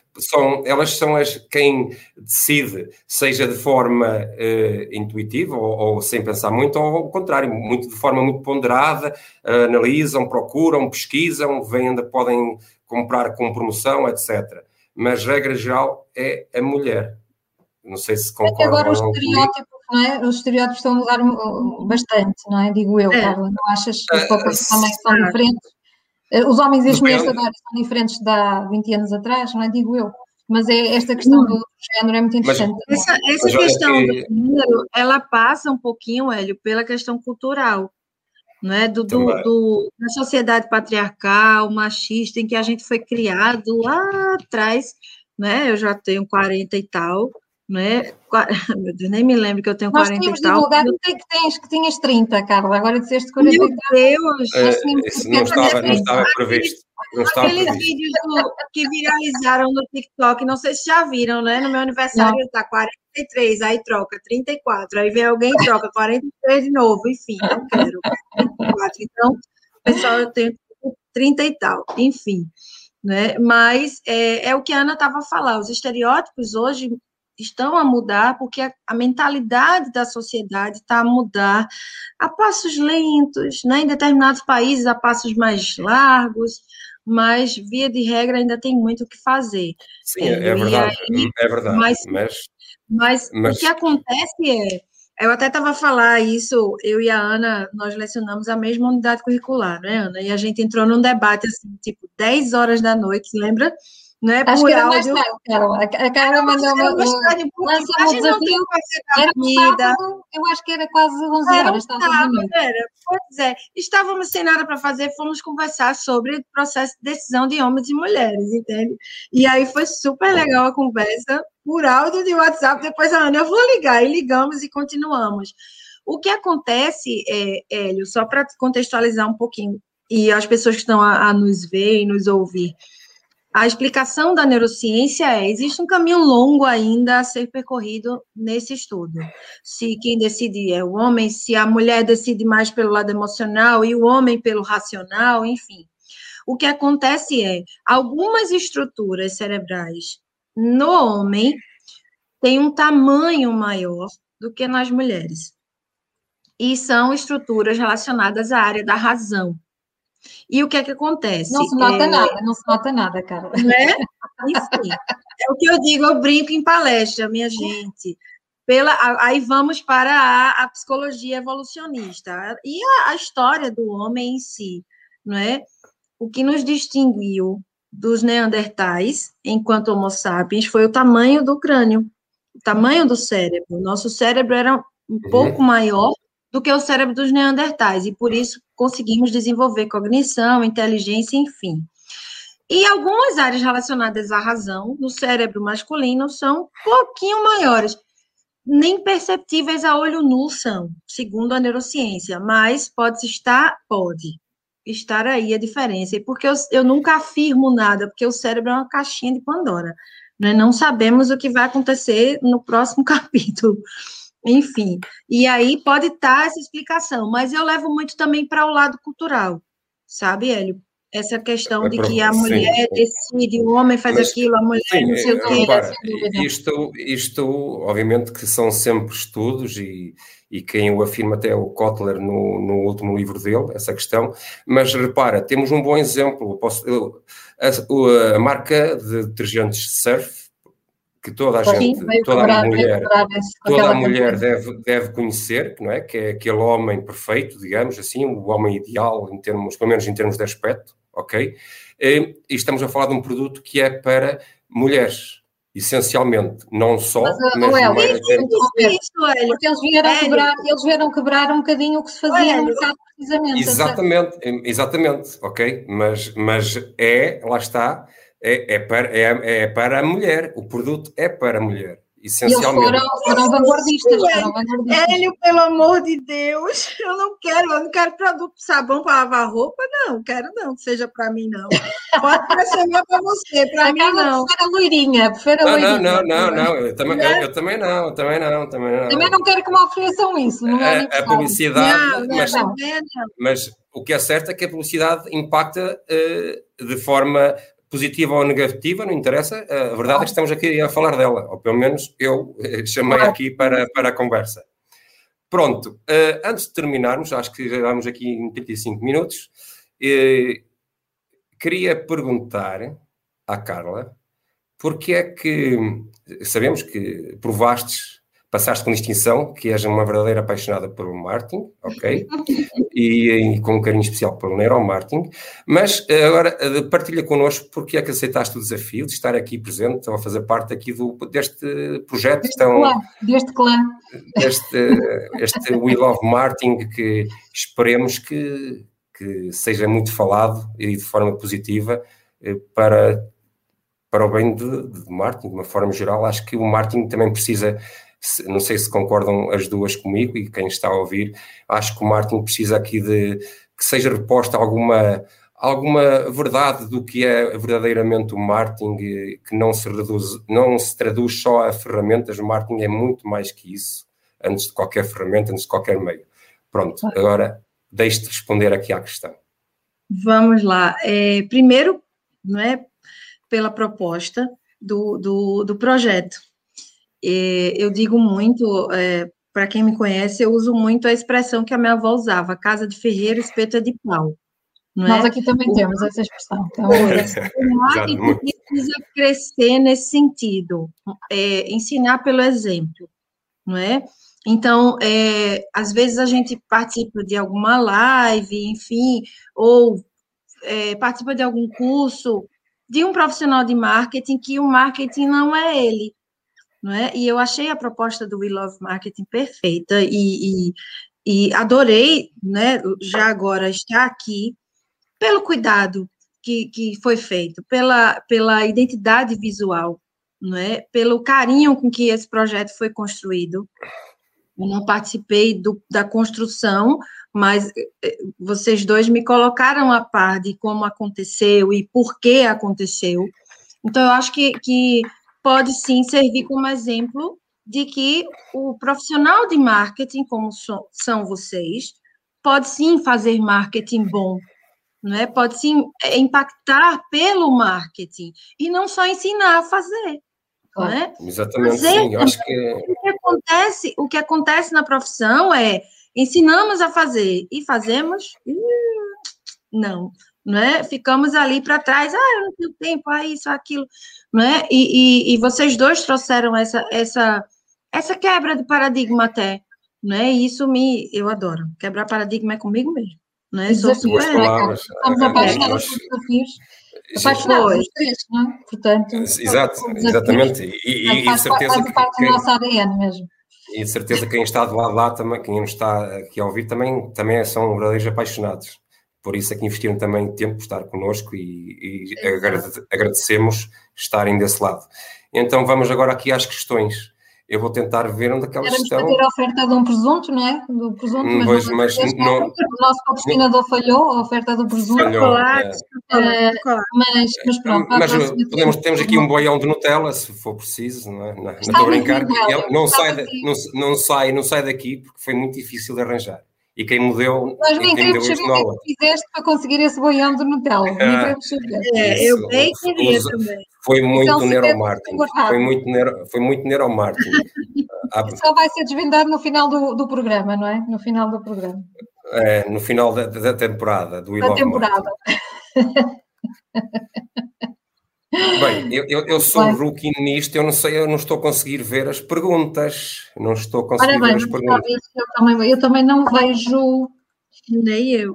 são, elas são as, quem decide, seja de forma uh, intuitiva ou, ou sem pensar muito, ou ao contrário, muito, de forma muito ponderada, uh, analisam, procuram, pesquisam, vendem, podem comprar com promoção, etcétera. Mas, regra geral, é a mulher. Não sei se concordam. Agora os estereótipos, não é? Os estereótipos estão a mudar bastante, não é? Digo eu, é. Carla, não achas que os papéis uh, também são uh, diferentes? Os homens e as mulheres agora são diferentes de há vinte anos atrás, não é? Digo eu. Mas é, esta questão do género é muito interessante. Mas, essa essa mas questão que... do género, ela passa um pouquinho, Hélio, pela questão cultural, não é? Do, do, do, da sociedade patriarcal, machista, em que a gente foi criado lá atrás, né? Eu já tenho quarenta e tal, né? Meu Deus, nem me lembro que eu tenho Nós quarenta e tal. Nós tínhamos divulgado que, tens, que tinhas trinta, Carla, agora disseste quarenta e tal. Meu Deus! É, isso não estava, não estava previsto. Não estava Aqueles previsto. vídeos do, que viralizaram no TikTok, não sei se já viram, né? No meu aniversário está quarenta e três, aí troca trinta e quatro, aí vem alguém e troca quarenta e três de novo, enfim, não quero. trinta e quatro, então, pessoal, eu tenho trinta e tal, enfim. Né? Mas é, é o que a Ana estava falando, os estereótipos hoje estão a mudar porque a, a mentalidade da sociedade está a mudar a passos lentos, né? Em determinados países a passos mais largos, mas, via de regra, ainda tem muito o que fazer. Sim, é, é verdade, aí, é verdade, mas, mas, mas, mas o que acontece é, eu até estava a falar isso, eu e a Ana, nós lecionamos a mesma unidade curricular, né, Ana? E a gente entrou num debate, assim, tipo, dez horas da noite, lembra? Não é? Acho por que era áudio. mais tarde, Carla. A Carla mandou uma... Lança-me o desafio. Era sábado, eu acho que era quase onze horas. Era sábado, era. Pois é. Estávamos sem nada para fazer, fomos conversar sobre o processo de decisão de homens e mulheres, entende? E aí foi super legal a conversa, por áudio de WhatsApp, depois a Ana, eu vou ligar, e ligamos e continuamos. O que acontece, é, Hélio, só para contextualizar um pouquinho, e as pessoas que estão a, a nos ver e nos ouvir, a explicação da neurociência é, existe um caminho longo ainda a ser percorrido nesse estudo. Se quem decide é o homem, se a mulher decide mais pelo lado emocional e o homem pelo racional, enfim. O que acontece é, algumas estruturas cerebrais no homem têm um tamanho maior do que nas mulheres. E são estruturas relacionadas à área da razão. E o que é que acontece? Não se nota é... nada, não se nota nada, cara. Não é? Enfim, é o que eu digo, eu brinco em palestra, minha gente. Pela, aí vamos para a, a psicologia evolucionista e a, a história do homem em si, não é? O que nos distinguiu dos neandertais, enquanto homo sapiens, foi o tamanho do crânio, o tamanho do cérebro. Nosso cérebro era um uhum. pouco maior do que o cérebro dos neandertais, e por isso conseguimos desenvolver cognição, inteligência, enfim. E algumas áreas relacionadas à razão no cérebro masculino são um pouquinho maiores, nem perceptíveis a olho nu são, segundo a neurociência, mas pode estar, pode estar aí a diferença, e porque eu, eu nunca afirmo nada, porque o cérebro é uma caixinha de Pandora, né? Não sabemos o que vai acontecer no próximo capítulo. Enfim, e aí pode estar essa explicação, mas eu levo muito também para o lado cultural, sabe, Hélio? Essa questão de que a mulher sim, decide, o homem faz mas, aquilo, a mulher sim, não sei o quê. Repara, isto, isto, obviamente, que são sempre estudos, e, e quem o afirma até é o Kotler no, no último livro dele, essa questão, mas repara, temos um bom exemplo, posso, eu, a, a marca de detergentes Surf, que toda a gente, Sim, toda cobrar, a mulher, toda a mulher deve, deve conhecer, não é? Que é aquele homem perfeito, digamos assim, o homem ideal, em termos, pelo menos em termos de aspecto, ok? E, e estamos a falar de um produto que é para mulheres, essencialmente, não só, mas, mas Noel, é isso, porque eles vieram, é, quebrar, eles vieram quebrar um bocadinho o que se fazia é, no mercado, precisamente. Exatamente, exatamente, ok? Mas, mas é, lá está... É, é, para, é, é para a mulher, o produto é para a mulher, essencialmente. Eles foram, foram vanguardistas, foram vanguardistas. Hélio, pelo amor de Deus, eu não quero, eu não quero produto sabão para lavar roupa, não, quero não, que seja para mim, não. Pode parecer mais para você, para mim, não. Prefere a loirinha, prefere a não, loirinha. Não, não, não, não, eu também, eu, eu também não, também não, também não. Também não quero que me ofereçam isso, não é? A, a publicidade, não, não, mas, não. mas o que é certo é que a publicidade impacta uh, de forma... positiva ou negativa, não interessa, a verdade é que estamos aqui a falar dela, ou pelo menos eu chamei aqui para, para a conversa. Pronto, uh, antes de terminarmos, acho que já vamos aqui em trinta e cinco minutos, uh, queria perguntar à Carla, porque é que, sabemos que provastes, passaste com distinção, que és uma verdadeira apaixonada pelo marketing, ok? E, e com um carinho especial pelo neuromarketing, mas agora partilha connosco porque é que aceitaste o desafio de estar aqui presente ou fazer parte aqui do, deste projeto deste tão... clã, deste clã. Este, este We Love Marketing, que esperemos que, que seja muito falado e de forma positiva para, para o bem de, de marketing, de uma forma geral. Acho que o marketing também precisa... Não sei se concordam as duas comigo e quem está a ouvir, acho que o marketing precisa aqui de que seja reposta alguma, alguma verdade do que é verdadeiramente o marketing, que não se, reduz, não se traduz só a ferramentas. O marketing é muito mais que isso, antes de qualquer ferramenta, antes de qualquer meio. Pronto, agora deixe-te responder aqui à questão. Vamos lá. É, primeiro, não é, pela proposta do, do, do projeto. Eu digo muito, é, para quem me conhece, eu uso muito a expressão que a minha avó usava, casa de ferreiro, espeto é de pau. Não Nós é? aqui também o... temos essa expressão. Então, o marketing precisa crescer nesse sentido, é, ensinar pelo exemplo, não é? Então, é, às vezes a gente participa de alguma live, enfim, ou é, participa de algum curso de um profissional de marketing que o marketing não é ele. Não é? E eu achei a proposta do We Love Marketing perfeita e, e, e adorei, né, já agora estar aqui pelo cuidado que, que foi feito, pela, pela identidade visual, não é? Pelo carinho com que esse projeto foi construído. Eu não participei do, da construção, mas vocês dois me colocaram a par de como aconteceu e por que aconteceu. Então, eu acho que... que pode sim servir como exemplo de que o profissional de marketing, como so, são vocês, pode sim fazer marketing bom, não é? Pode sim impactar pelo marketing, e não só ensinar a fazer, não é? Exatamente, fazer, sim, eu acho que... O que acontece, o que acontece na profissão é, ensinamos a fazer, e fazemos... Hum, não, não é? Ficamos ali para trás, ah, eu não tenho tempo, ah, isso, aquilo... Não é? E, e, e vocês dois trouxeram essa, essa, essa quebra de paradigma até, não é? E isso me, eu adoro. Quebrar paradigma é comigo mesmo, não é? Sou super... Palavras, estamos apaixonados por desafios, apaixonados os três, não é? Portanto... Exato, exatamente. E, e, e de certeza faz parte do nosso A D N mesmo. E de certeza quem está do lado de lá, também, quem nos está aqui a ouvir, também, também são verdadeiros apaixonados. Por isso é que investiram também tempo por estar connosco e, e agrade, agradecemos estarem desse lado. Então vamos agora aqui às questões. Eu vou tentar ver onde é que elas Queremos estão. fazer a oferta de um presunto, não é? Do presunto, mas, pois, não mas não, o nosso patrocinador falhou, a oferta do presunto. Falhou, é. É, mas, mas pronto. Mas podemos, temos aqui um boião de Nutella, se for preciso, não é? Não, não estou a brincar. Ele não sai, não, não, sai, não sai daqui porque foi muito difícil de arranjar. E quem me deu, Nós nem quem queremos saber o que fizeste para conseguir esse boião de Nutella. Nem queremos saber. É, eu bem queria também. Foi muito neuromarketing. Foi muito, neuro, foi muito neuromarketing. Só vai ser desvendado no final do, do programa, não é? No final do programa. É, no final da, da temporada. Do da temporada. Bem, eu, eu, eu sou Bem. rookie nisto, eu não sei, eu não estou a conseguir ver as perguntas. Não estou a conseguir Ora bem, ver as perguntas. Eu também, eu também não vejo. Nem eu.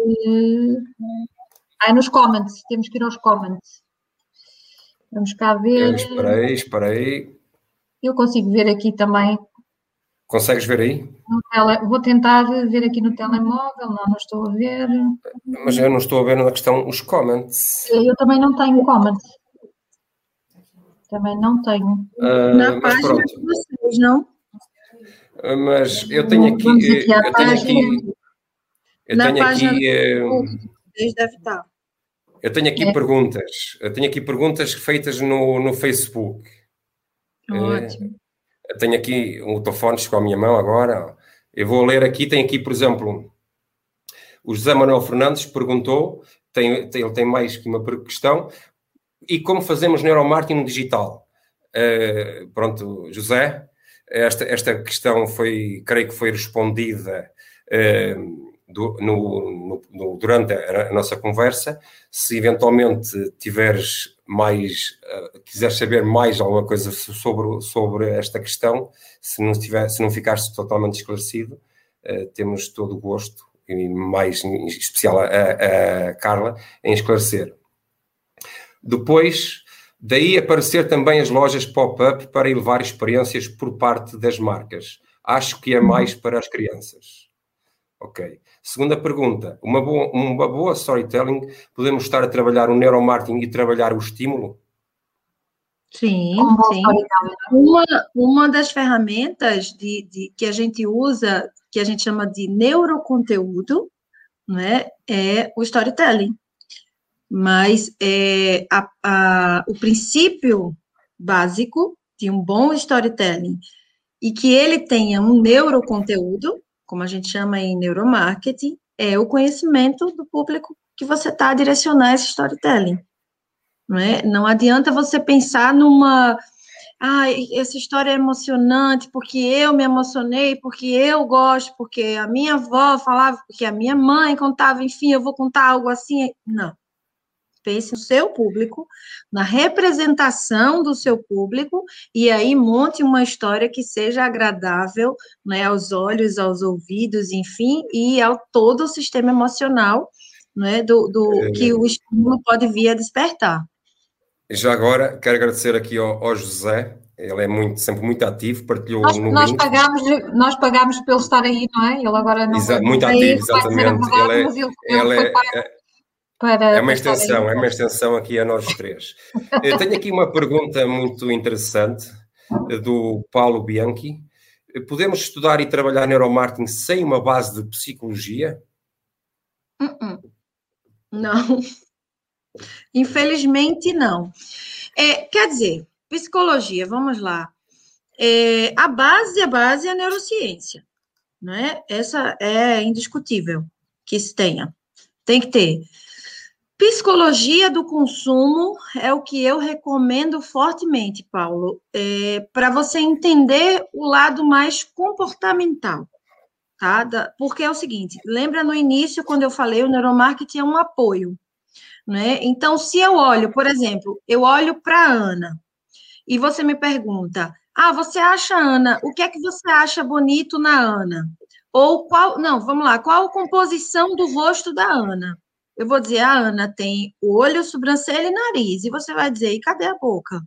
Ah, nos comments, temos que ir aos comments. Vamos cá ver. Espera aí, espera aí. Eu consigo ver aqui também. Consegues ver aí? No tele... Vou tentar ver aqui no telemóvel, não, não estou a ver. Mas eu não estou a ver na questão os comments. Eu também não tenho comments. Também não tenho. Uh, na página de vocês, não? Uh, mas eu tenho aqui... aqui eu tenho aqui... Eu na tenho página aqui... Uh, deve estar. Eu tenho aqui é. perguntas. Eu tenho aqui perguntas feitas no, no Facebook. Ótimo. Eu tenho aqui um telefone, chegou à minha mão agora. Eu vou ler aqui, tem aqui, por exemplo, o José Manuel Fernandes perguntou, tem, tem, ele tem mais que uma questão. e como fazemos neuromarketing digital? Uh, pronto, José, esta, esta questão foi, creio que foi respondida uh, do, no, no, no, durante a, a nossa conversa. Se eventualmente tiveres mais, uh, quiseres saber mais alguma coisa sobre, sobre esta questão, se não, estiver, se não ficaste totalmente esclarecido, uh, temos todo o gosto, e mais em especial a, a Carla, em esclarecer. Depois, daí aparecer também as lojas pop-up para elevar experiências por parte das marcas. Acho que é mais para as crianças. Ok. Segunda pergunta. Uma boa, uma boa storytelling, podemos estar a trabalhar o neuromarketing e trabalhar o estímulo? Sim, sim. Uma, uma das ferramentas de, de, que a gente usa, que a gente chama de neuroconteúdo, né, é o storytelling. Mas é, a, a, o princípio básico de um bom storytelling e que ele tenha um neuroconteúdo, como a gente chama em neuromarketing, é o conhecimento do público que você está a direcionar esse storytelling. Não é? Não adianta você pensar numa... Ah, essa história é emocionante porque eu me emocionei, porque eu gosto, porque a minha avó falava, porque a minha mãe contava, enfim, eu vou contar algo assim. Não. Pense no seu público, na representação do seu público, e aí monte uma história que seja agradável, né, aos olhos, aos ouvidos, enfim, e ao todo o sistema emocional, né, do, do é... que o estímulo pode vir a despertar. Já agora, quero agradecer aqui ao, ao José, ele é muito, sempre muito ativo, partilhou nós, no nós link. Pagámos, nós pagámos pelo estar aí, não é? Ele agora não... Exa muito não ativo, exatamente. Verdade, ele é, mas ele, ele ele foi é, pago. é Para, é uma para extensão, é uma extensão aqui a nós três. Eu tenho aqui uma pergunta muito interessante do Paulo Bianchi. Podemos estudar e trabalhar neuromarketing sem uma base de psicologia? Uh-uh. Não. Infelizmente, não. É, quer dizer, psicologia, vamos lá. É, a base, a base é a neurociência, não é? Essa é indiscutível que se tenha. Tem que ter. Psicologia do consumo é o que eu recomendo fortemente, Paulo, é, para você entender o lado mais comportamental, tá? Da, porque é o seguinte, lembra no início, quando eu falei, o neuromarketing é um apoio, né? Então, se eu olho, por exemplo, eu olho para a Ana, e você me pergunta, ah, você acha, Ana, o que é que você acha bonito na Ana? Ou qual, não, vamos lá, qual a composição do rosto da Ana? Eu vou dizer, a Ana tem olho, sobrancelha e nariz. E você vai dizer, e cadê a boca?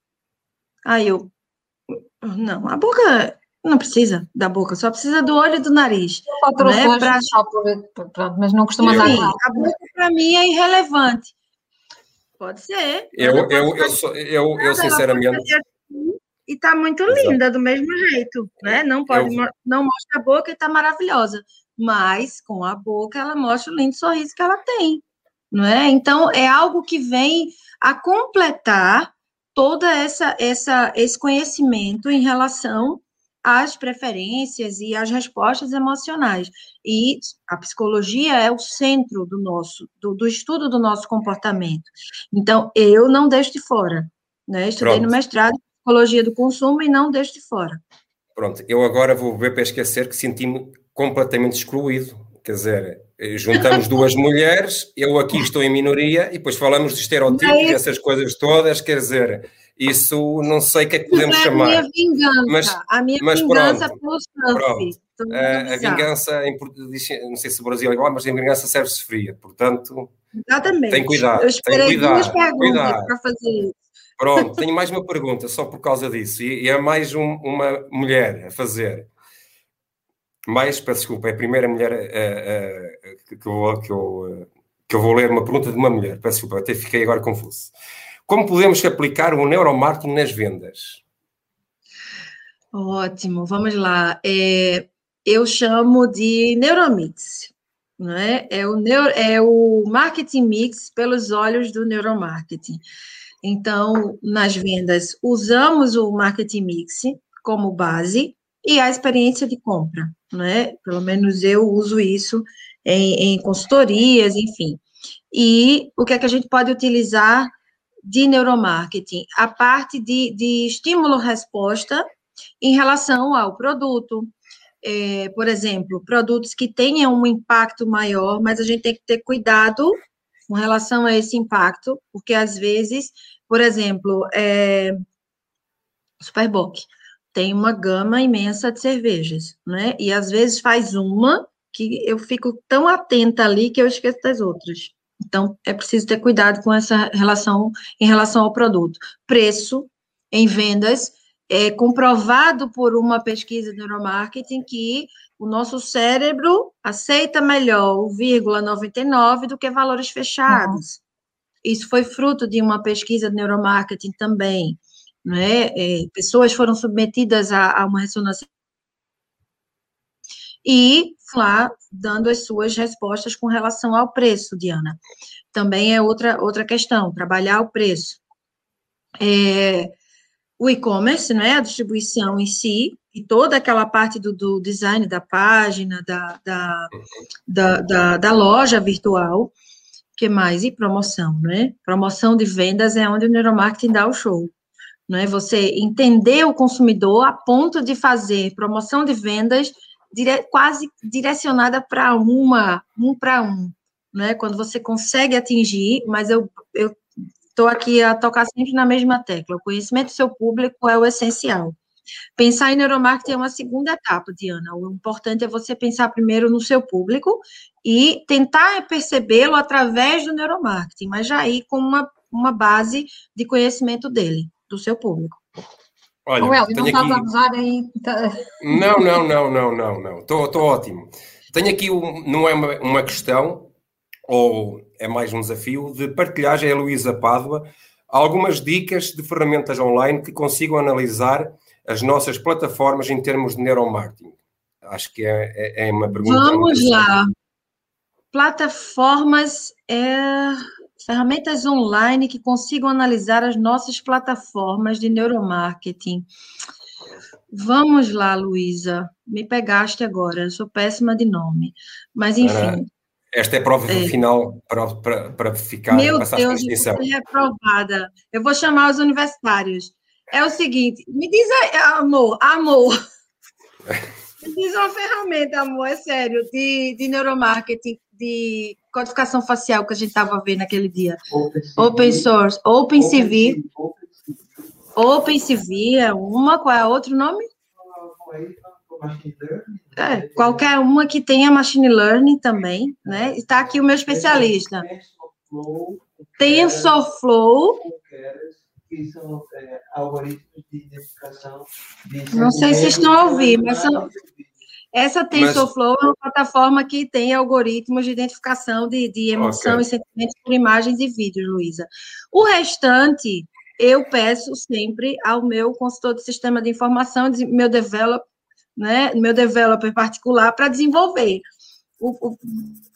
Aí eu, não, a boca não precisa da boca, só precisa do olho e do nariz. Não é? Pra... só por, pronto, mas não costuma dar. Sim, a boca para mim é irrelevante. Pode ser. Eu, eu, eu, eu, sou, eu, eu sinceramente... E tá muito linda, Exato. Do mesmo jeito, né? Não pode, eu... não mostra a boca e tá maravilhosa. Mas, com a boca, ela mostra o lindo sorriso que ela tem, não é? Então, é algo que vem a completar toda essa, essa, esse conhecimento em relação às preferências e às respostas emocionais. E a psicologia é o centro do nosso, do, do estudo do nosso comportamento. Então, eu não deixo de fora, né? Estudei Pronto. No mestrado Psicologia do Consumo e não deixo de fora. Pronto, eu agora vou ver para esquecer que senti-me completamente excluído. Quer dizer, juntamos duas mulheres, eu aqui estou em minoria e depois falamos de estereotipos Mas... e essas coisas todas, quer dizer, isso não sei o que é que podemos Mas chamar. É a minha vingança, mas, a minha mas vingança pronto, pelo surf. A, a vingança, não sei se o Brasil é igual, mas a vingança serve-se fria, portanto, Exatamente. tem cuidado. Eu esperei tem cuidado, duas perguntas para fazer isso. Pronto, tenho mais uma pergunta só por causa disso, e, e é mais um, uma mulher a fazer. Mais, peço desculpa, é a primeira mulher uh, uh, que, que, eu, que, eu, uh, que eu vou ler uma pergunta de uma mulher. Peço desculpa, até fiquei agora confuso. Como podemos aplicar o neuromarketing nas vendas? Ótimo, vamos lá. É, eu chamo de neuromix, não é? É o, neuro, é o marketing mix pelos olhos do neuromarketing. Então, nas vendas, usamos o marketing mix como base e a experiência de compra, né? Pelo menos eu uso isso em, em consultorias, enfim. E o que é que a gente pode utilizar de neuromarketing? A parte de, de estímulo-resposta em relação ao produto. É, por exemplo, produtos que tenham um impacto maior, mas a gente tem que ter cuidado com relação a esse impacto, porque às vezes, por exemplo, é, Superboc tem uma gama imensa de cervejas, né? E às vezes faz uma que eu fico tão atenta ali que eu esqueço das outras. Então, é preciso ter cuidado com essa relação em relação ao produto. Preço em vendas é comprovado por uma pesquisa de neuromarketing que o nosso cérebro aceita melhor o vírgula noventa e nove do que valores fechados. Uhum. Isso foi fruto de uma pesquisa de neuromarketing também, né? É, pessoas foram submetidas a, a uma ressonância e lá dando as suas respostas com relação ao preço, Diana. Também é outra, outra questão, trabalhar o preço. É, o e-commerce, né, a distribuição em si, e toda aquela parte do, do design da página, da, da, da, da, da loja virtual, que mais? E promoção, né? Promoção de vendas é onde o neuromarketing dá o show. Não é? Você entender o consumidor a ponto de fazer promoção de vendas dire, quase direcionada para uma, um para um, né? Quando você consegue atingir, mas eu estou aqui a tocar sempre na mesma tecla, o conhecimento do seu público é o essencial. Pensar em neuromarketing é uma segunda etapa, Diana, o importante é você pensar primeiro no seu público e tentar percebê-lo através do neuromarketing, mas já ir com uma, uma base de conhecimento dele, do seu público. Olha, Well, tenho não estás a abusar aí. Não, não, não, não, não, não. Estou ótimo. Tenho aqui, um, não é uma, uma questão, ou é mais um desafio, de partilhar, já é a Luísa Pádua, algumas dicas de ferramentas online que consigam analisar as nossas plataformas em termos de neuromarketing. Acho que é, é, é uma pergunta... Vamos lá. Plataformas, é... ferramentas online que consigam analisar as nossas plataformas de neuromarketing. Vamos lá, Luísa. Me pegaste agora, eu sou péssima de nome. Mas, enfim... Esta é a prova é. final para, para, para ficar... Meu Deus, eu vou ser reprovada. Eu vou chamar os universitários. É o seguinte, me diz aí, amor, amor... Me diz uma ferramenta, amor, é sério, de, de neuromarketing, de codificação facial que a gente estava vendo naquele dia. Open Source, OpenCV. OpenCV é uma, qual é o outro nome? É, qualquer uma que tenha machine learning também, né? Está aqui o meu especialista. TensorFlow. Que são é, algoritmos de identificação. De Não sei se estão a ouvir, mas são... essa TensorFlow mas... é uma plataforma que tem algoritmos de identificação de, de emoção okay. e sentimentos por imagens e vídeos, Luísa. O restante, eu peço sempre ao meu consultor de sistema de informação, meu developer, né, meu developer particular, para desenvolver. O, o...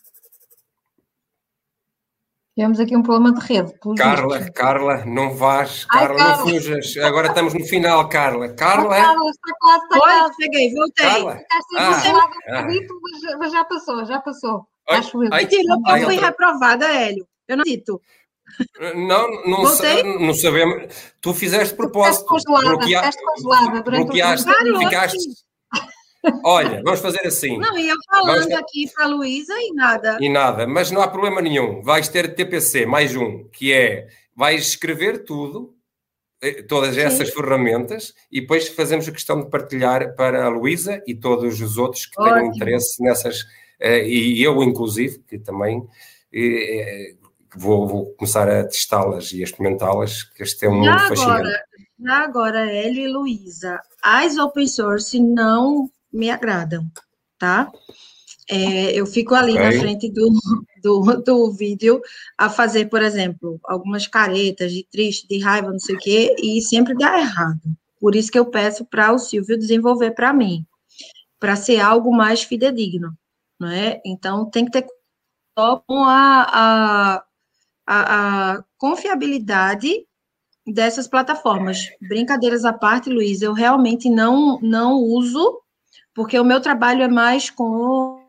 Temos aqui um problema de rede. Carla, vistos. Carla, não vás, Carla, Ai, Carla, não fujas. Agora estamos no final, Carla. Carla. Ai, Carla, está quase, está quase. Cheguei, voltei. Carla. Estás ah, ah. Dito, mas, mas já passou, já passou. Ai, acho eu. Mentira, eu ai, fui outra... reprovada, Hélio. Eu não dito. Não, não, sa não sabemos. Tu fizeste propósito. Estás congelada, Bloquea... estás congelada durante bloqueaste, o ficaste. Olha, vamos fazer assim. Não, ia falando vamos... aqui para a Luísa e nada. E nada, mas não há problema nenhum. Vais ter T P C, mais um, que é, vais escrever tudo, todas essas Sim. ferramentas, e depois fazemos a questão de partilhar para a Luísa e todos os outros que Ótimo. tenham interesse nessas, e eu inclusive, que também vou, vou começar a testá-las e a experimentá-las, que este é um mundo fascinante. Já agora, Hélio e Luísa, as open source não me agradam, tá? É, eu fico ali okay. na frente do, do, do vídeo a fazer, por exemplo, algumas caretas de triste, de raiva, não sei o quê, e sempre dá errado. Por isso que eu peço para o Silvio desenvolver para mim, para ser algo mais fidedigno, não é? Então, tem que ter com a, a, a, a confiabilidade dessas plataformas. Brincadeiras à parte, Luísa, eu realmente não, não uso, porque o meu trabalho é mais com...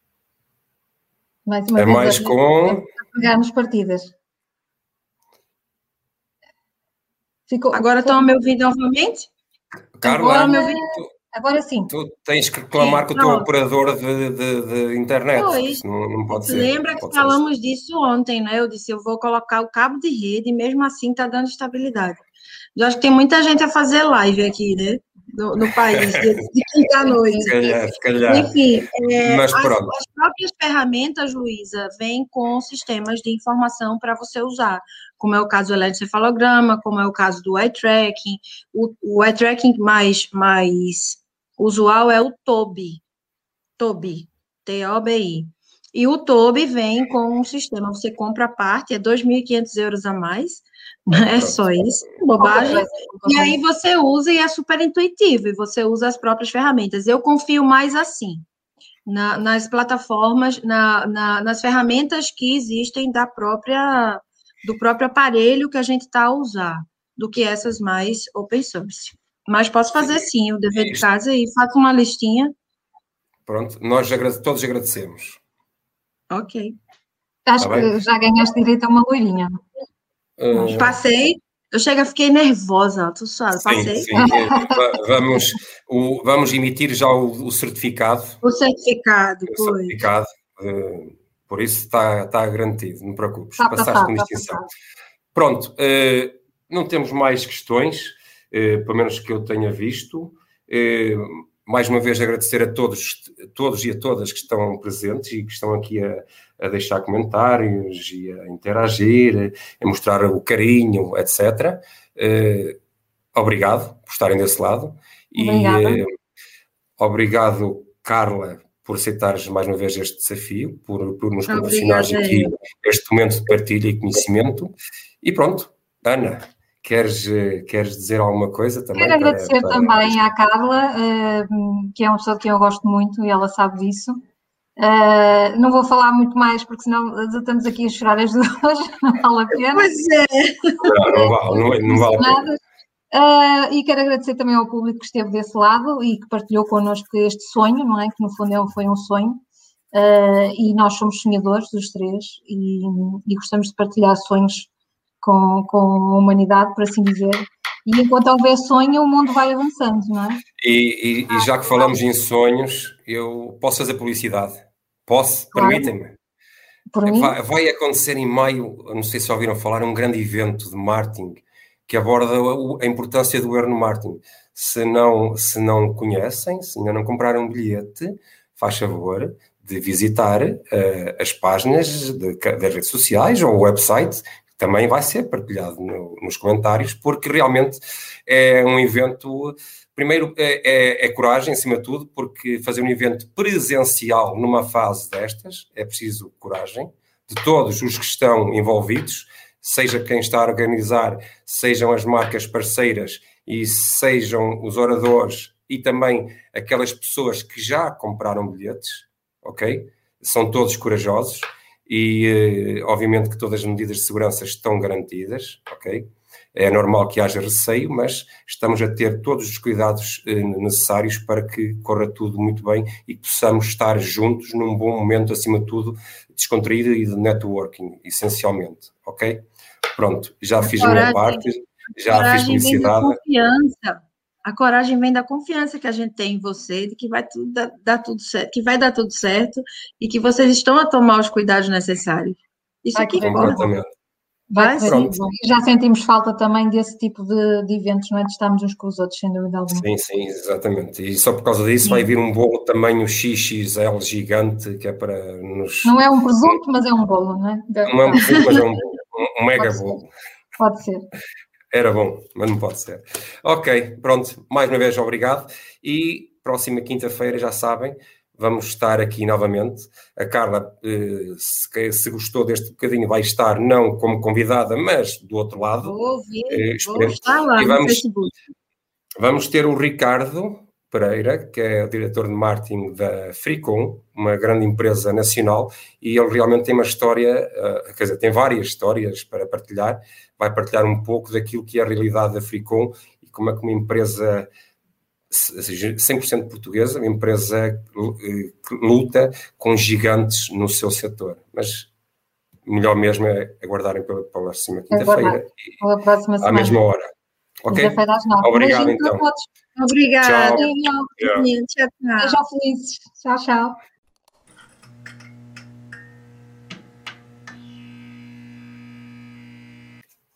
Mais uma é vez, mais com... Pegarmos partidas. Ficou... Agora estão me ouvindo novamente? Carla, agora, me agora sim. Tu tens que reclamar sim, com o teu operador de, de, de internet. Pois, não, não pode ser. Lembra pode que falamos assim. disso ontem, né? Eu disse, eu vou colocar o cabo de rede e mesmo assim está dando estabilidade. Eu acho que tem muita gente a fazer live aqui, né? No, no país, de, de quinta-noite. Se calhar, se calhar. Enfim, é, Mas as, pronto. as próprias ferramentas, Luísa, vêm com sistemas de informação para você usar, como é o caso do eletrocefalograma, como é o caso do eye tracking. O, o eye tracking mais, mais usual é o TOBI, TOBI, T O B I. E o TOBI vem com um sistema, você compra a parte, é dois mil e quinhentos euros a mais, é só isso, bobagem. E aí você usa e é super intuitivo, e você usa as próprias ferramentas. Eu confio mais assim, na, nas plataformas, na, na, nas ferramentas que existem da própria, do próprio aparelho que a gente está a usar, do que essas mais open source. Mas posso fazer sim o dever de casa e faço uma listinha. Pronto, nós agrade- todos agradecemos. Ok. Acho tá que já ganhaste direito a uma loirinha. Uh... Passei, eu chego, fiquei nervosa, tu sabe, passei. Sim, sim. vamos, o, vamos emitir já o, o certificado. O certificado, o pois. certificado, uh, por isso está, está garantido, não te preocupes, tá passaste passado, com distinção. Tá Pronto, uh, não temos mais questões, uh, pelo menos que eu tenha visto. Uh, mais uma vez agradecer a todos, todos e a todas que estão presentes e que estão aqui a, a deixar comentários e a interagir, a mostrar o carinho, etcétera. Uh, obrigado por estarem desse lado. Obrigada. E uh, obrigado, Carla, por aceitares mais uma vez este desafio, por, por nos proporcionares aqui este momento de partilha e conhecimento. E pronto, Ana, queres, queres dizer alguma coisa também? Quero agradecer para, para... também à Carla, uh, que é uma pessoa de quem eu gosto muito e ela sabe disso. Uh, não vou falar muito mais porque senão estamos aqui a chorar as duas, não vale a pena. Pois é. Não, não vale, não, não vale a pena. Uh, e quero agradecer também ao público que esteve desse lado e que partilhou connosco este sonho, não é? Que no fundo foi um sonho. Uh, e nós somos sonhadores, os três, e, e gostamos de partilhar sonhos com, com a humanidade, por assim dizer. E enquanto houver sonho, o mundo vai avançando, não é? E, e, e já que falamos em sonhos, eu posso fazer publicidade? Posso? Claro. Permitem-me? Vai, vai acontecer em maio, não sei se ouviram falar, um grande evento de marketing que aborda a importância do earn marketing. Se não, se não conhecem, se ainda não compraram um bilhete, faz favor de visitar uh, as páginas de, das redes sociais ou o website, que também vai ser partilhado no, nos comentários, porque realmente é um evento, primeiro é, é, é coragem, acima de tudo, porque fazer um evento presencial numa fase destas é preciso coragem de todos os que estão envolvidos, seja quem está a organizar, sejam as marcas parceiras e sejam os oradores e também aquelas pessoas que já compraram bilhetes, ok? São todos corajosos e, obviamente, que todas as medidas de segurança estão garantidas, ok? É normal que haja receio, mas estamos a ter todos os cuidados necessários para que corra tudo muito bem e que possamos estar juntos num bom momento, acima de tudo, descontraído e de networking, essencialmente, ok? Pronto, já fiz a minha parte, já fiz publicidade. A coragem vem da confiança que a gente tem em você, de que vai tudo dar, dar tudo certo, que vai dar tudo certo e que vocês estão a tomar os cuidados necessários. Isso aqui completamente. Vai, pronto. Já sentimos falta também desse tipo de, de eventos, não é? De estarmos uns com os outros, sem dúvida alguma. Sim, sim, exatamente. E só por causa disso sim. Vai vir um bolo tamanho X X L gigante, que é para nos... Não é um presunto, mas é um bolo, não é? Não é um presunto, mas é um bolo. Um, um mega pode bolo. Ser. Pode ser. Era bom, mas não pode ser. Ok, pronto. Mais uma vez, obrigado. E próxima quinta-feira, já sabem, vamos estar aqui novamente. A Carla, se, se gostou deste bocadinho, vai estar não como convidada, mas do outro lado. Vou ouvir, vou estar lá e vamos, no Facebook. Vamos ter o Ricardo Pereira, que é o diretor de marketing da Fricom, uma grande empresa nacional, e ele realmente tem uma história, quer dizer, tem várias histórias para partilhar. Vai partilhar um pouco daquilo que é a realidade da Fricom e como é que uma empresa cem por cento portuguesa, uma empresa que luta com gigantes no seu setor. Mas melhor mesmo é aguardarem pela próxima quinta-feira, à mesma hora. Ok? Feita às nove. Obrigado, Um então. para todos. Obrigada. Tchau. Tchau, tchau. Sejam felizes. Tchau, tchau.